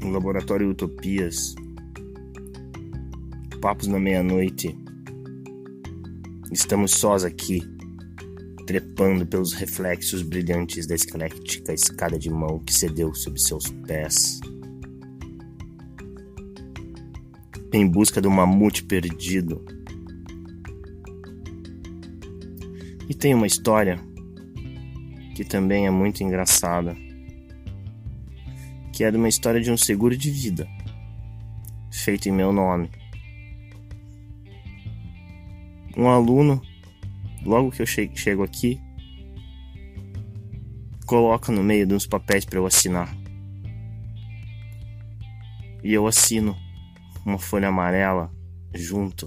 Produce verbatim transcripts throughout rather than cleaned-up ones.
no Laboratório Utopias, Papos na Meia-Noite. Estamos sós aqui, trepando pelos reflexos brilhantes da esquelética escada de mão que cedeu sob seus pés, em busca do mamute perdido. E tem uma história que também é muito engraçada, que é de uma história de um seguro de vida feito em meu nome. Um aluno, logo que eu che- chego aqui, coloca no meio de uns papéis para eu assinar. E eu assino uma folha amarela junto,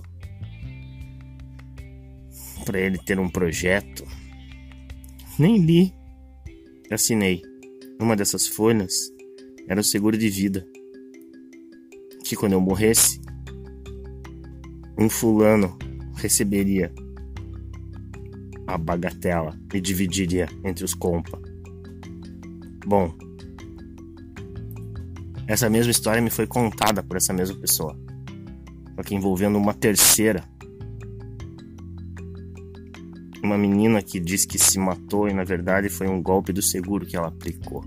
para ele ter um projeto. Nem li, assinei. Uma dessas folhas era o seguro de vida, que quando eu morresse, um fulano receberia a bagatela e dividiria entre os compa. Bom, essa mesma história me foi contada por essa mesma pessoa, só que envolvendo uma terceira, uma menina que diz que se matou e na verdade foi um golpe do seguro que ela aplicou.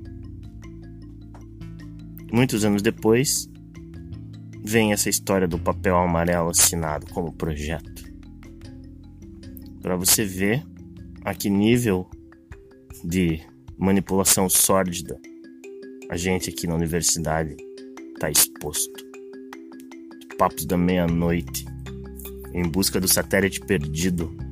Muitos anos depois, vem essa história do papel amarelo assinado como projeto. Para você ver a que nível de manipulação sórdida a gente aqui na universidade está exposto. Papos da Meia-Noite, em busca do satélite perdido.